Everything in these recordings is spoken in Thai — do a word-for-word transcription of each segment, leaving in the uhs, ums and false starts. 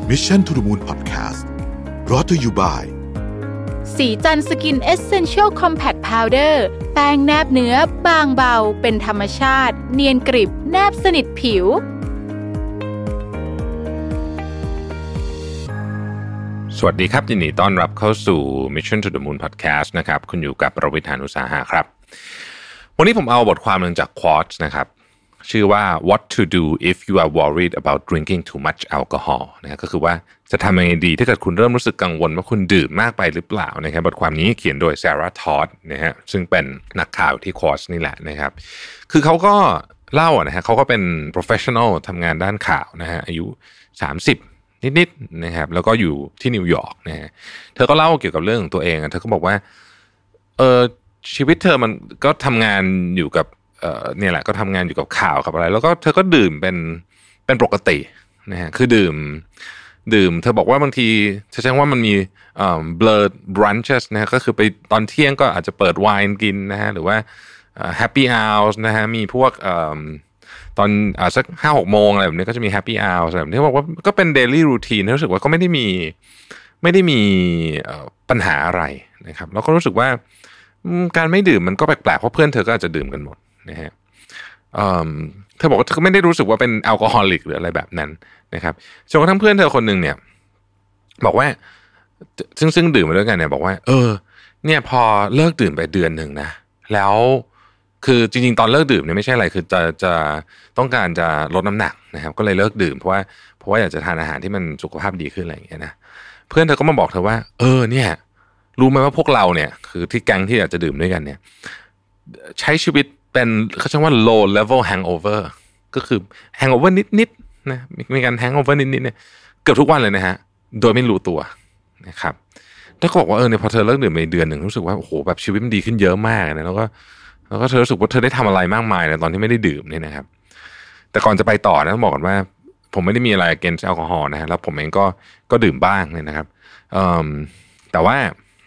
Mission to the Moon Podcast brought to you by สีจันทร์สกินเอสเซนเชียลคอมแพคพาวเดอร์แป้งแนบเนื้อบางเบาเป็นธรรมชาติเนียนกริบแนบสนิทผิวสวัสดีครับยินดีต้อนรับเข้าสู่ Mission to the Moon Podcast นะครับคุณอยู่กับประวิทย์ หาญอุตสาหะครับวันนี้ผมเอาบทความหนึ่งจาก Quartz นะครับชื่อว่า What to do if you are worried about drinking too much alcohol นะก็คือว่าจะทำยังไงดีถ้าเกิดคุณเริ่มรู้สึกกังวลว่าคุณดื่มมากไปหรือเปล่านะครับบทความนี้เขียนโดย Sarah Todd นะฮะซึ่งเป็นนักข่าวที่ Quartz นี่แหละนะครับคือเขาก็เล่านะฮะเขาก็เป็น professional ทำงานด้านข่าวนะฮะอายุสามสิบนิดๆนะครับแล้วก็อยู่ที่นิวยอร์กนะฮะเธอก็เล่าเกี่ยวกับเรื่องของตัวเองเธอก็บอกว่าเออชีวิตเธอมันก็ทำงานอยู่กับเอ่อเนี่ยแหละก็ทำงานอยู่กับข่าวกับอะไรแล้วก็เธอก็ดื่มเป็นเป็นปกตินะฮะคือดื่มดื่มเธอบอกว่าบางทีเธอใช้ว่ามันมีเอ่อ blurred brunches นะฮะก็คือไปตอนเที่ยงก็อาจจะเปิดไวน์กินนะฮะหรือว่าเอ่อ happy hours นะฮะมีพวกเอ่อตอนอ่าสัก ห้าหก โมงอะไรแบบนี้ก็จะมี happy hours แบบนี้บอกว่าก็เป็น daily routine รู้สึกว่าก็ไม่ได้มีไม่ได้มีเอ่อปัญหาอะไรนะครับแล้วก็รู้สึกว่าการไม่ดื่มมันก็แปลกๆเพราะเพื่อนเธอก็อาจจะดื่มกันหมดนะฮะเอ่อเธอบอกว่าเธอไม่ได้รู้สึกว่าเป็นแอลกอฮอลิกหรืออะไรแบบนั้นนะครับจนกระทั่งเพื่อนเธอคนนึงเนี่ยบอกว่าซึ่งซึ่งดื่มมาด้วยกันเนี่ยบอกว่าเออเนี่ยพอเลิกดื่มไปเดือนนึงนะแล้วคือจริงๆตอนเลิกดื่มเนี่ยไม่ใช่อะไรคือจะจะต้องการจะลดน้ำหนักนะครับก็เลยเลิกดื่มเพราะว่าเพราะว่าอยากจะทานอาหารที่มันสุขภาพดีขึ้นอะไรอย่างเงี้ยนะเพื่อนเธอก็มาบอกเธอว่าเออเนี่ยรู้ไหมว่าพวกเราเนี่ยคือที่แก๊งที่อยากจะดื่มด้วยกันเนี่ยใช้ชีวิตเป็นเขาเรียกว่า low level hangover ก็คือ hangover นิดๆนะมีการ hangover นิดๆเนี่ยเกือบทุกวันเลยนะฮะโดยไม่รู้ตัวนะครับแล้วก็บอกว่าเออเนี่ยพอเธอเลิกดื่มไปเดือนหนึ่งรู้สึกว่าโอ้โหแบบชีวิตมันดีขึ้นเยอะมากนะแล้วก็แล้วก็เธอรู้สึกว่าเธอได้ทำอะไรมากมายในตอนที่ไม่ได้ดื่มนี่นะครับแต่ก่อนจะไปต่อนะต้องบอกก่อนว่าผมไม่ได้มีอะไร against แอลกอฮอล์นะฮะแล้วผมเองก็ก็ดื่มบ้างเนี่ยนะครับแต่ว่า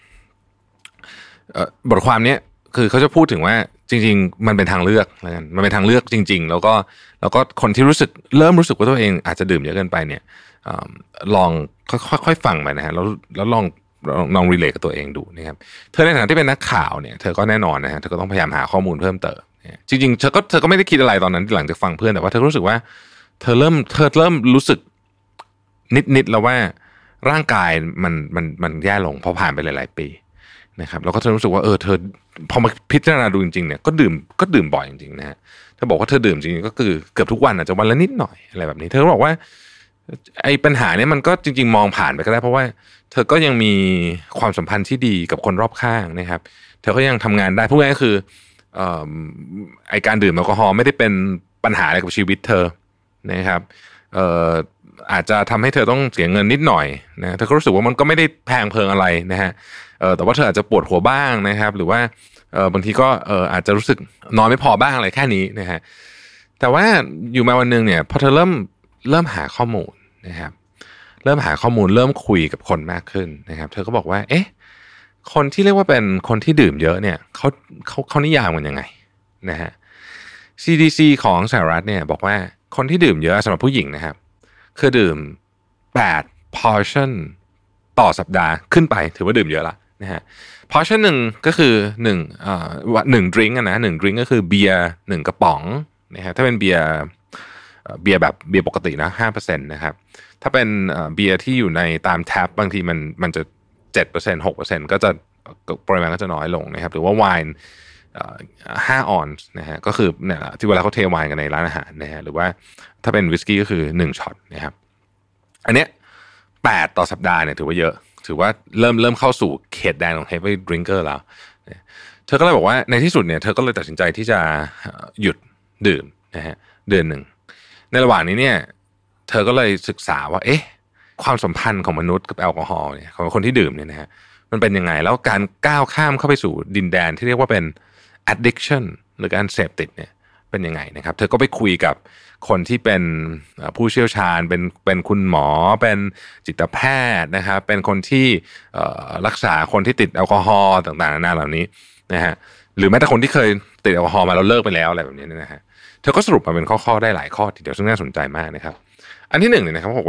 บทความนี้คือเขาจะพูดถึงว่าจริงๆมันเป็นทางเลือกแล้วกันมันเป็นทางเลือกจริงๆแล้วก็แล้วก็คนที่รู้สึกเริ่มรู้สึกว่าตัวเองอาจจะดื่มเยอะเกินไปเนี่ยลองค่อยๆฟังไปนะฮะแล้วแล้วลองลองรีเลทกับตัวเองดูนะครับเธอในฐานะที่เป็นนักข่าวเนี่ยเธอก็แน่นอนนะฮะเธอก็ต้องพยายามหาข้อมูลเพิ่มเติมจริงๆเธอก็เธอก็ไม่ได้คิดอะไรตอนนั้นหลังจากฟังเพื่อนแต่ว่าเธอรู้สึกว่าเธอเริ่มเธอเริ่มรู้สึกนิดๆแล้วว่าร่างกายมันมันมันแย่ลงพอผ่านไปหลายๆปีนะครับแล้วก็เธอรู้สึกว่าเออเธอพอมาพิจารณาดูจริงๆเนี่ยก็ดื่มก็ดื่มบ่อยจริงๆนะฮะเธอบอกว่าเธอดื่มจริงๆก็คือเกือบทุกวันอาจจะวันละนิดหน่อยอะไรแบบนี้เธอบอกว่าไอ้ปัญหาเนี่ยมันก็จริงๆมองผ่านไปก็ได้เพราะว่าเธอก็ยังมีความสัมพันธ์ที่ดีกับคนรอบข้างนะครับเธอก็ยังทำงานได้พูดง่ายๆก็คือเอ่อไอ้การดื่มแอลกอฮอล์ไม่ได้เป็นปัญหาอะไรกับชีวิตเธอนะครับเอ่ออาจจะทำให้เธอต้องเสียเงินนิดหน่อยนะเธอก็รู้สึกว่ามันก็ไม่ได้แพงเพลิงอะไรนะฮะเออแต่ว่าเธออาจจะปวดหัวบ้างนะครับหรือว่าเออบางทีก็เอออาจจะรู้สึกนอนไม่พอบ้างอะไรแค่นี้นะฮะแต่ว่าอยู่มาวันนึงเนี่ยพอเธอเริ่มเริ่มหาข้อมูลนะครับเริ่มหาข้อมูลเริ่มคุยกับคนมากขึ้นนะครับเธอก็บอกว่าเอ๊ะคนที่เรียกว่าเป็นคนที่ดื่มเยอะเนี่ยเขาเขาเขานิยามกันยังไงนะฮะ ซี ดี ซี ของสหรัฐเนี่ยบอกว่าคนที่ดื่มเยอะสำหรับผู้หญิงนะครับคือดื่มแปด portion ต่อสัปดาห์ขึ้นไปถือว่าดื่มเยอะละนะฮะ portion หนึ่งก็คือหนึ่งเอ่อหนึ่ง drink อ่ะนะหนึ่ง drink ก็คือเบียร์หนึ่งกระป๋องนะฮะถ้าเป็นเบียร์เบียร์แบบเบียร์ปกตินะ ห้าเปอร์เซ็นต์ นะครับถ้าเป็นเบียร์ที่อยู่ในตามแท็บบางทีมันมันจะ เจ็ดเปอร์เซ็นต์ หกเปอร์เซ็นต์ ก็จะปริมาณก็จะน้อยลงนะครับหรือว่าไวน์ห้าออนซ์นะฮะก็คือเนี่ยแหละที่เวลาเขาเทไวน์กันในร้านอาหารนะฮะหรือว่าถ้าเป็นวิสกี้ก็คือหนึ่งช็อตนะครับอันเนี้ยแปดต่อสัปดาห์เนี่ยถือว่าเยอะถือว่าเริ่มเริ่มเข้าสู่เขตแดนของ heavy drinker แล้วเธอก็เลยบอกว่าในที่สุดเนี่ยเธอก็เลยตัดสินใจที่จะหยุดดื่มนะฮะเดือนหนึ่งในระหว่างนี้เนี่ยเธอก็เลยศึกษาว่าเอ๊ะความสัมพันธ์ของมนุษย์กับแอลกอฮอล์เนี่ยของคนที่ดื่มเนี่ยนะฮะมันเป็นยังไงแล้วการก้าวข้ามเข้าไปสู่ดินแดนที่เรียกว่าเป็น addiction หรือการเสพติดเนี่ยเป็นยังไงนะครับเธอก็ไปคุยกับคนที่เป็นผู้เชี่ยวชาญเป็นเป็นคุณหมอเป็นจิตแพทย์นะครับเป็นคนที่รักษาคนที่ติดแอลกอฮอล์ต่างๆนานาเหล่านี้นะฮะหรือแม้แต่คนที่เคยติดแอลกอฮอล์มาแล้วเลิกไปแล้วอะไรแบบนี้นะฮะเธอก็สรุปมาเป็นข้อๆได้หลายข้อทีเดียวซึ่งน่าสนใจมากนะครับอันที่หนึ่งเนี่ยนะครับเขาบอกว่า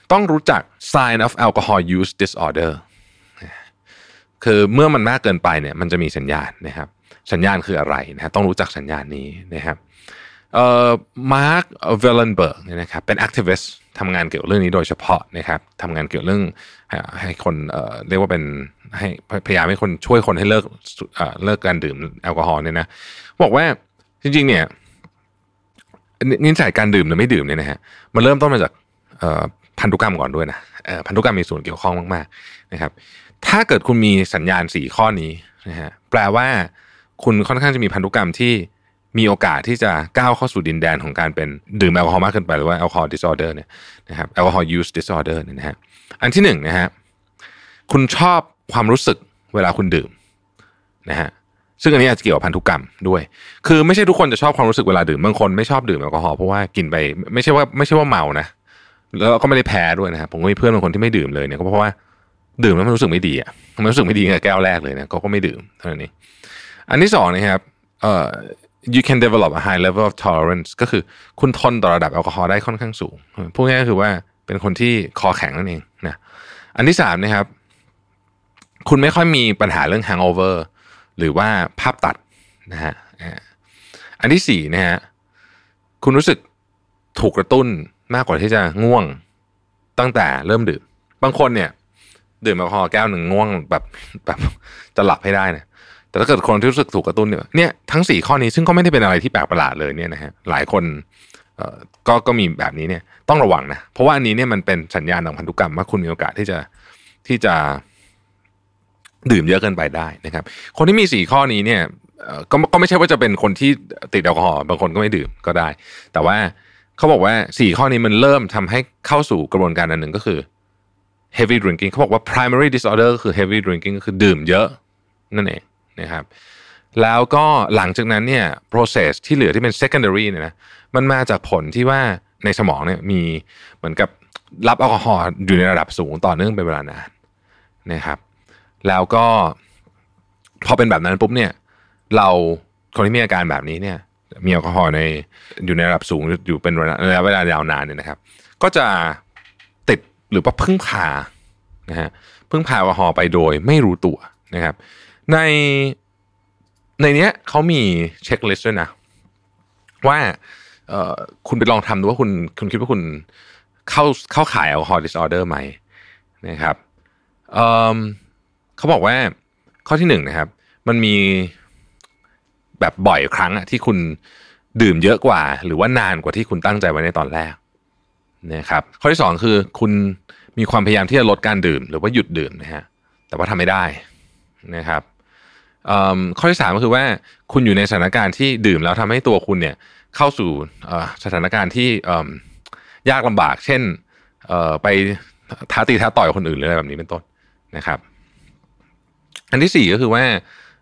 ต้องรู้จัก sign of alcohol use disorder คือเมื่อมันมากเกินไปเนี่ยมันจะมีสัญญาณนะครับสัญญาณคืออะไรนะต้องรู้จักสัญญาณนี้นะครับเอ่อมาร์คเวลเลนเบิร์กเนี่ยนะครับเป็น activist ทำงานเกี่ยวกับเรื่องนี้โดยเฉพาะนะครับทำงานเกี่ยวกับเรื่องให้คนเอ่อเรียกว่าเป็นให้พยายามให้คนช่วยคนให้เลิกเอ่อเลิกการดื่มแอลกอฮอล์เนี่ยนะบอกว่าจริงๆเนี่ยนิสัยการดื่มหรือไม่ดื่มเนี่ยนะฮะมันเริ่มต้นมาจากเอ่อพันธุกรรมก่อนด้วยนะเอ่อพันธุกรรมมีส่วนเกี่ยวข้องมากๆนะครับถ้าเกิดคุณมีสัญญาณสี่ข้อนี้นะฮะแปลว่าคุณค่อนข้างจะมีพันธุกรรมที่มีโอกาสที่จะก้าวเข้าสู่ดินแดนของการเป็นดื่มแอลกอฮอล์มากเกินไปหรือว่าแอลกอฮอล์ disorder เนี่ยนะครับแอลกอฮอล์ use disorder เนี่ยนะฮะอันที่หนึ่งนะฮะคุณชอบความรู้สึกเวลาคุณดื่มนะฮะซึ่งอันนี้อาจจะเกี่ยวกับพันธุกรรมด้วยคือไม่ใช่ทุกคนจะชอบความรู้สึกเวลาดื่มบางคนไม่ชอบดื่มแอลกอฮอล์เพราะว่ากินไปไม่ใช่ว่าไม่ใช่ว่าเมานะแล้วก็ไม่ได้แพ้ด้วยนะครับผมก็มีเพื่อนบางคนที่ไม่ดื่มเลยเนี่ยก็เพราะว่าดื่มแล้วมันรู้สึกไม่ดีอ่ะมันรู้สึกไม่ดีกับแก้วแรกเลยนะก็ก็ไม่ดื่มเท่านั้นเองอันที่สองนะครับเอ่อ you can develop a high level of tolerance ก็คือคุณทนต่อระดับแอลกอฮอล์ได้ค่อนข้างสูงพูดง่ายๆก็คือว่าเป็นคนที่คอแข็งนั่นเองนะอันที่สามนะครับคุณไม่ค่อยมีปัญหาเรื่อง hangover หรือว่าภาพตัดนะฮะอันที่สี่นะฮะคุณรู้สึกถูกกระตุ้นมากกว่าที่จะง่วงตั้งแต่เริ่มดื่มบางคนเนี่ยดื่มแอลกอฮอล์แก้วหนึ่งง่วงแบบแบบจะหลับให้ได้นะแต่ถ้าเกิดคนที่รู้สึกถูกกระตุ้นเนี่ยเนี่ยทั้งสี่ข้อนี้ซึ่งก็ไม่ได้เป็นอะไรที่แปลกประหลาดเลยเนี่ยนะฮะหลายคนเอ่อก็ก็มีแบบนี้เนี่ยต้องระวังนะเพราะว่าอันนี้เนี่ยมันเป็นสัญญาณทางพันธุกรรมว่าคุณมีโอกาสที่จะที่จะดื่มเยอะเกินไปได้นะครับคนที่มีสี่ข้อนี้เนี่ยก็ก็ไม่ใช่ว่าจะเป็นคนที่ติดแอลกอฮอล์บางคนก็ไม่ดื่มก็ได้แต่ว่าเขาบอกว่าสี่ข้อนี้มันเริ่มทำให้เข้าสู่กระบวนการอันหนึ่งก็คือ heavy drinking เขาบอกว่า primary disorder ก็คือ heavy drinking ก็คือดื่มเยอะนั่นเองนะครับแล้วก็หลังจากนั้นเนี่ย process ที่เหลือที่เป็น secondary เนี่ยนะมันมาจากผลที่ว่าในสมองเนี่ยมีเหมือนกับรับแอลกอฮอล์อยู่ในระดับสูงต่อเนื่องเป็นเวลานานนะครับแล้วก็พอเป็นแบบนั้นปุ๊บเนี่ยเราคนที่มีอาการแบบนี้เนี่ยมีแอลกอฮอล์ในอยู่ในระดับสูงอยู่เป็นระยะเวลายาวนานเนี่ยนะครับก็จะติดหรือว่าพึ่งพานะฮะพึ่งพาแอลกอฮอล์ไปโดยไม่รู้ตัวนะครับในในเนี้ยเขามีเช็คลิสต์ด้วยนะว่าเอ่อคุณไปลองทำดูว่าคุณคุณคิดว่าคุณเข้าเข้าข่ายแอลกอฮอล์ disorder ไหมนะครับเอ่อเขาบอกว่าข้อที่หนึ่งนะครับมันมีแบบบ่อยครั้งอะที่คุณดื่มเยอะกว่าหรือว่านานกว่าที่คุณตั้งใจไว้ในตอนแรกนะครับข้อที่สองคือคุณมีความพยายามที่จะลดการดื่มหรือว่าหยุดดื่มนะฮะแต่ว่าทำไม่ได้นะครับข้อที่สามก็คือว่าคุณอยู่ในสถานการณ์ที่ดื่มแล้วทำให้ตัวคุณเนี่ยเข้าสู่สถานการณ์ที่ยากลำบากเช่นไปท้าตีท้าต่อยคนอื่นหรืออะไรแบบนี้เป็นต้นนะครับอันที่สี่ก็คือว่า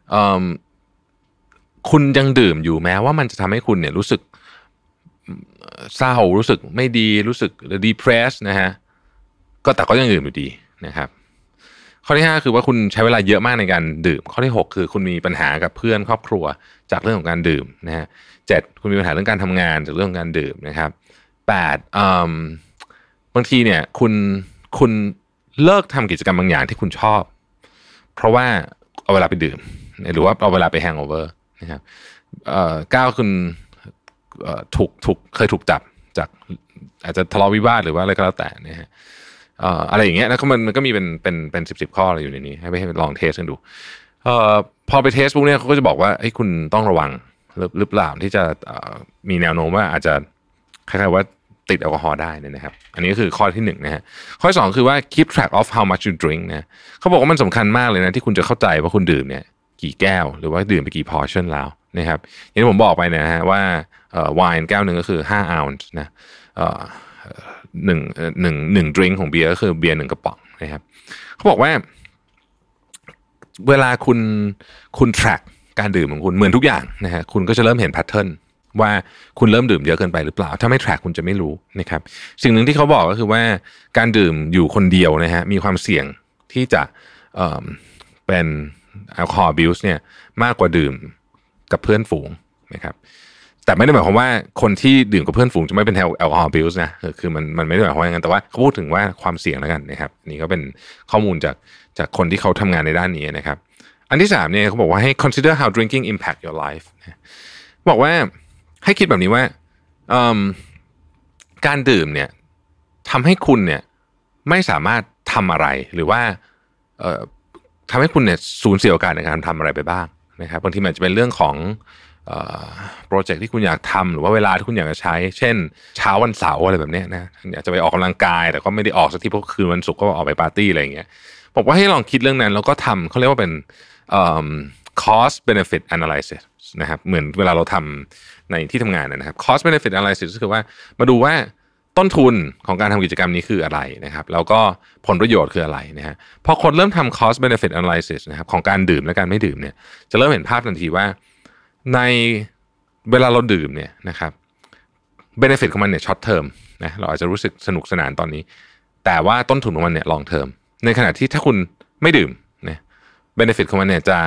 คุณยังดื่มอยู่แม้ว่ามันจะทำให้คุณเนี่ยรู้สึกเศร้ารู้สึกไม่ดีรู้สึก depressed นะฮะก็แต่ก็ยังดื่มอยู่ดีนะครับข้อที่ห้าคือว่าคุณใช้เวลาเยอะมากในการดื่มข้อที่หกคือคุณมีปัญหากับเพื่อนครอบครัวจากเรื่องของการดื่มนะฮะเจ็ดคุณมีปัญหาเรื่องการทำงานจากเรื่องของการดื่มนะครับแปดบางทีเนี่ยคุณคุณเลิกทำกิจกรรมบางอย่างที่คุณชอบเพราะว่าเอาเวลาไปดื่มหรือว่าเอาเวลาไปแฮงโอเวอร์นะครับเก้าคุณถูกถูกเคยถูกจับจากอาจจะทะเลาะวิวาทหรือว่าอะไรก็แล้วแต่นะฮะอะไรอย่างเงี้ยแล้วก็มันมันก็มีเป็นเป็นเป็นสิบสิบข้ออะไรอยู่ในนี้ให้ไปให้ลองเทสกันดูเอ่อพอไปเทสพวกนี้เขาก็จะบอกว่าเฮ้ยคุณต้องระวังหรือเปล่าที่จะมีแนวโน้มว่าอาจจะคล้ายๆว่าติดแอลกอฮอล์ได้นะครับอันนี้ก็คือข้อที่หนึ่งนะฮะข้อที่สองคือว่า keep track of how much you drink นะเขาบอกว่ามันสำคัญมากเลยนะที่คุณจะเข้าใจว่าคุณดื่มเนี่ยกี่แก้วหรือว่าดื่มไปกี่ portion แล้วนะครับอย่างที่ผมบอกไปนะฮะว่าเอ่อไวน์แก้วนึงก็คือห้า ounce นะเอ่อหนึ่งหนึ่งหนึ่งดริงก์ของเบียร์ก็คือเบียร์หนึ่งกระป๋องนะครับเขาบอกว่าเวลาคุณคุณ track การดื่มของคุณเหมือนทุกอย่างนะฮะคุณก็จะเริ่มเห็น pattern ว่าคุณเริ่มดื่มเยอะเกินไปหรือเปล่าถ้าไม่ track คุณจะไม่รู้นะครับสิ่งหนึ่งที่เขาบอกก็คือว่าการดื่มอยู่คนเดียวนะฮะมีความเสี่ยงที่จะเอ่อเป็นแอลกอฮอล์ abuse เนี่ยมากกว่าดื่มกับเพื่อนฝูงนะครับแแต่ไม่ได้หมายความว่าคนที่ดื่มกับเพื่อนฝูงจะไม่เป็นแอลกอฮอล์ abuse นะคือมันมันไม่ได้หมายความว่าอย่างนั้นแต่ว่าเขาพูดถึงว่าความเสี่ยงแล้วกันนะครับนี่ก็เป็นข้อมูลจากจากคนที่เขาทำงานในด้านนี้นะครับอันที่สามเนี่ยเขาบอกว่าให้ consider how drinking impact your life บอกว่าให้คิดแบบนี้ว่าการดื่มเนี่ยทำให้คุณเนี่ยไม่สามารถทำอะไรหรือว่าทำให้คุณเนี่ยสูญเสียโอกาสในการทำอะไรไปบ้างนะครับบางทีมันจะเป็นเรื่องของโปรเจกต์ที่คุณอยากทำหรือว่าเวลาที่คุณอยากจะใช้เช่นเช้าวันเสาร์อะไรแบบนี้นะอยากจะไปออกกำลังกายแต่ก็ไม่ได้ออกสักทีเพราะคืนวันศุกร์ก็ออกไปปาร์ตี้อะไรอย่างเงี้ยบอกว่าให้ลองคิดเรื่องนั้นแล้วก็ทำเขาเรียกว่าเป็น cost benefit analysis นะครับเหมือนเวลาเราทำในที่ทำงานนะครับ cost benefit analysis ก็คือว่ามาดูว่าต้นทุนของการทำกิจกรรมนี้คืออะไรนะครับแล้วก็ผลประโยชน์คืออะไรนะฮะพอคนเริ่มทำ cost benefit analysis นะครับของการดื่มและการไม่ดื่มเนี่ยจะเริ่มเห็นภาพทันทีว่าในเวลาเราดื่มเนี่ยนะครับ benefit ของมันเนี่ย short term นะเราอาจจะรู้สึกสนุกสนานตอนนี้แต่ว่าต้นทุนของมันเนี่ย long term ในขณะที่ถ้าคุณไม่ดื่มเนี่ย benefit ของมันเนี่ยจะ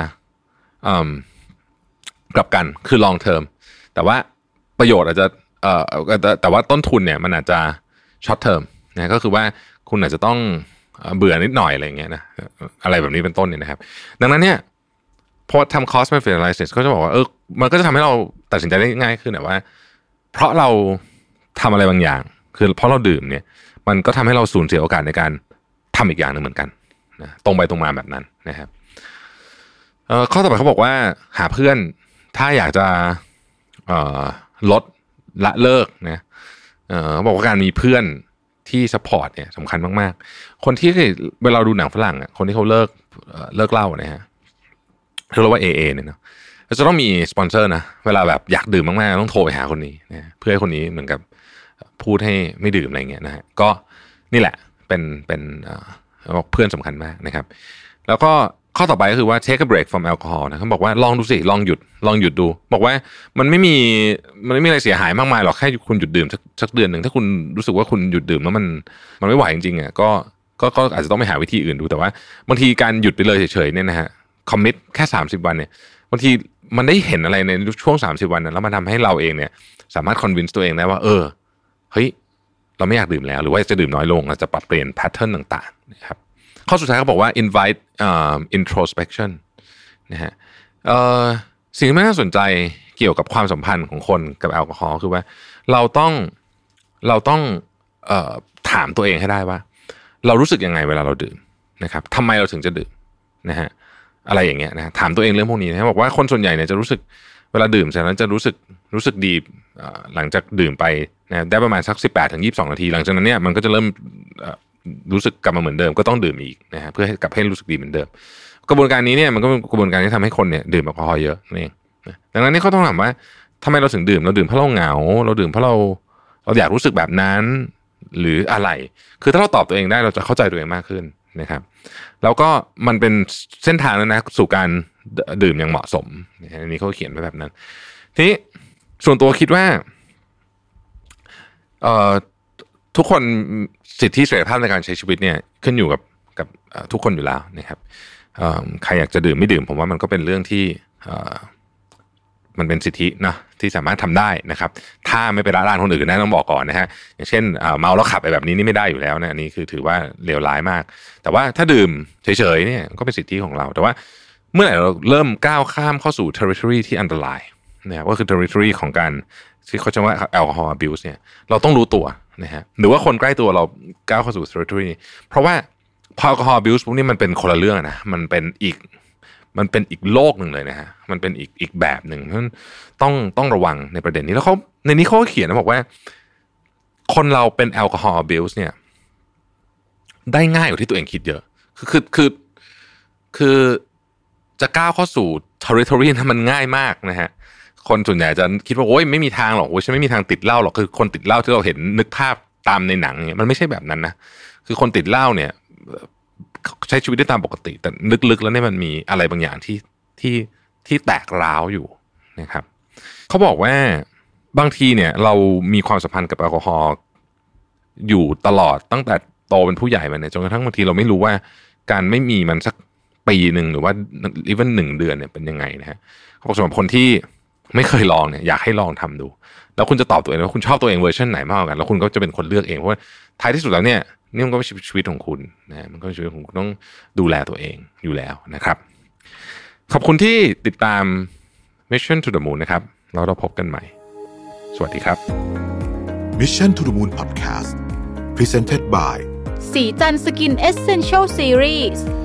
กลับกันคือ long term แต่ว่าประโยชน์อาจจะเอ่อแต่แต่ว่าต้นทุนเนี่ยมันอาจจะ short term นะก็คือว่าคุณอาจจะต้องเบื่อนิดหน่อยอะไรอย่างเงี้ยนะอะไรแบบนี้เป็นต้นเนี่ยนะครับดังนั้นเนี่ยพอทำ cost benefit analysis ก็จะบอกว่าเออมันก็จะทำให้เราตัดสินใจได้ง่ายขึ้นนะว่าเพราะเราทำอะไรบางอย่างคือเพราะเราดื่มเนี่ยมันก็ทำให้เราสูญเสียโอกาสในการทำอีกอย่างหนึ่งเหมือนกันนะตรงไปตรงมาแบบนั้นนะครับเอ่อข้อต่อไปเขาบอกว่าหาเพื่อนถ้าอยากจะเอ่อลดละเลิกนะเอ่อบอกว่าการมีเพื่อนที่ซัพพอร์ตเนี่ยสำคัญมากๆคนที่เวลาดูหนังฝรั่งอ่ะคนที่เขาเลิกเอ่อเลิกเหล้านะฮะเขาเรียกว่า เอ เอ เนี่ยเนาะจะต้องมีสปอนเซอร์นะเวลาแบบอยากดื่มมากๆต้องโทรไปหาคนนี้นะเพื่อให้คนนี้เหมือนกับพูดให้ไม่ดื่มอะไรเงี้ยนะฮะก็นี่แหละเป็นเป็นเอ่อเพื่อนสำคัญมากนะครับแล้วก็ข้อต่อไปก็คือว่า take a break from alcohol นะเขาบอกว่าลองดูสิลองหยุดลองหยุดดูบอกว่ามันไม่มีมันไม่มีอะไรเสียหายมากมายหรอกแค่คุณหยุดดื่มสักสักเดือนหนึ่งถ้าคุณรู้สึกว่าคุณหยุดดื่มแล้วมันมันไม่ไหวจริงๆอ่ะก็ก็ก็อาจจะต้องไปหาวิธีอื่นดูแต่ว่าบางทีการหยุดไปเลยเฉยๆเนี่ยนะฮะคอมมิตแค่สามสิบวันเนี่ยบางทีมันได้เห็นอะไรในช่วงสามสิบวันนั้นแล้วมันทำให้เราเองเนี่ยสามารถคอนวินส์ตัวเองได้ว่าเออเฮ้ยเราไม่อยากดื่มแล้วหรือว่าจะดื่มน้อยลงเราจะปรับเปลี่ยนแพทเทิร์นต่างๆนะครับข้อสุดท้ายเขาบอกว่า invite uh, introspection นะฮะเอ่อสิ่งที่น่าสนใจเกี่ยวกับความสัมพันธ์ของคนกับแอลกอฮอล์คือว่าเราต้องเราต้องเอ่อถามตัวเองให้ได้ว่าเรารู้สึกยังไงเวลาเราดื่มนะครับทำไมเราถึงจะดื่มนะฮะอะไรอย่างเงี้ยนะถามตัวเองเรื่องพวกนี้นะบอกว่าคนส่วนใหญ่เนี่ยจะรู้สึกเวลาดื่มเสร็จแล้วจะรู้สึกรู้สึกดีหลังจากดื่มไปนะได้ประมาณสักสิบแปดถึงยี่สิบสองนาทีหลังจากนั้นเนี่ยมันก็จะเริ่มรู้สึกกลับมาเหมือนเดิมก็ต้องดื่มอีกนะฮะเพื่อให้กลับให้รู้สึกดีเหมือนเดิมกระบวนการนี้เนี่ยมันก็เป็นกระบวนการที่ทำให้คนเนี่ยดื่มแอลกอฮอล์เยอะนั่นเองดังนั้นนี่เขาต้องถามว่าทำไมเราถึงดื่มเราดื่มเพราะเราเหงาเราดื่มเพราะเราเราอยากรู้สึกแบบนั้นหรืออะไรคือถ้าเราตอบตัวเองได้เราจะเข้าใจตัวเองมากขึ้นนะครับแล้วก็มันเป็นเส้นทางแล้วนะสู่การดื่มอย่างเหมาะสมอันนี้เขาเขียนไว้แบบนั้นทีนี้ส่วนตัวคิดว่าเอ่อทุกคนสิทธิเสรีภาพในการใช้ชีวิตเนี่ยขึ้นอยู่กับกับทุกคนอยู่แล้วนะครับใครอยากจะดื่มไม่ดื่มผมว่ามันก็เป็นเรื่องที่มันเป็นสิทธินะที่สามารถทำได้นะครับถ้าไม่ไปละลานคนอื่นนะต้องบอกก่อนนะฮะอย่างเช่นเมาแล้วขับไปแบบนี้นี่ไม่ได้อยู่แล้วนะอันนี้คือถือว่าเลวร้ายมากแต่ว่าถ้าดื่มเฉยๆเนี่ยก็เป็นสิทธิของเราแต่ว่าเมื่อไหร่เราเริ่มก้าวข้ามเข้าสู่ territory ที่อันตรายนะครับก็คือ territory ของการที่เขาจะว่า alcohol abuse เนี่ยเราต้องรู้ตัวนะฮะหรือว่าคนใกล้ตัวเราก้าวเข้าสู่ territory เพราะว่าพอ alcohol abuse พวกนี้มันเป็นคนละเรื่องนะมันเป็นอีกมันเป็นอีกโลกหนึ่งเลยนะฮะมันเป็นอีกอีกแบบหนึ่งเพราะฉะนั้นต้องต้องระวังในประเด็นนี้แล้วเขาในนี้เขาเขียนนะบอกว่าคนเราเป็น alcohol abuse เนี่ยได้ง่ายกว่าที่ตัวเองคิดเยอะคือคือคือคือจะก้าวเข้าสู่ territory นั้นมันง่ายมากนะฮะคนส่วนใหญ่จะคิดว่าโอ๊ยไม่มีทางหรอกโอ๊ยฉันไม่มีทางติดเหล้าหรอกคือคนติดเหล้าที่เราเห็นนึกภาพตามในหนังเนี่ยมันไม่ใช่แบบนั้นนะคือคนติดเหล้าเนี่ยใช้ชีวิตได้ตามปกติแต่ลึกๆแล้วเนี่ยมันมีอะไรบางอย่างที่ที่ที่แตกร้าวอยู่นะครับเขาบอกว่าบางทีเนี่ยเรามีความสัมพันธ์กับแอลกอฮอล์อยู่ตลอดตั้งแต่โตเป็นผู้ใหญ่มาเนี่ยจนกระทั่งบางทีเราไม่รู้ว่าการไม่มีมันสักปีหนึ่งหรือว่าอีเวนหนึ่งเดือนเนี่ยเป็นยังไงนะฮะเขาบอกสำหรับคนที่ไม่เคยลองเนี่ยอยากให้ลองทำดูแล้วคุณจะตอบตัวเองว่าคุณชอบตัวเองเวอร์ชันไหนมากกว่ากันแล้วคุณก็จะเป็นคนเลือกเองเพราะว่าท้ายที่สุดแล้วเนี่ยนี่มันก็เป็นชีวิตของคุณนะมันก็เป็นชีวิตของคุณต้องดูแลตัวเองอยู่แล้วนะครับขอบคุณที่ติดตาม Mission to the Moon นะครับแล้วเราพบกันใหม่สวัสดีครับ Mission to the Moon Podcast Presented by สีจันทร์สกินเอสเซนเชียลซีรีส์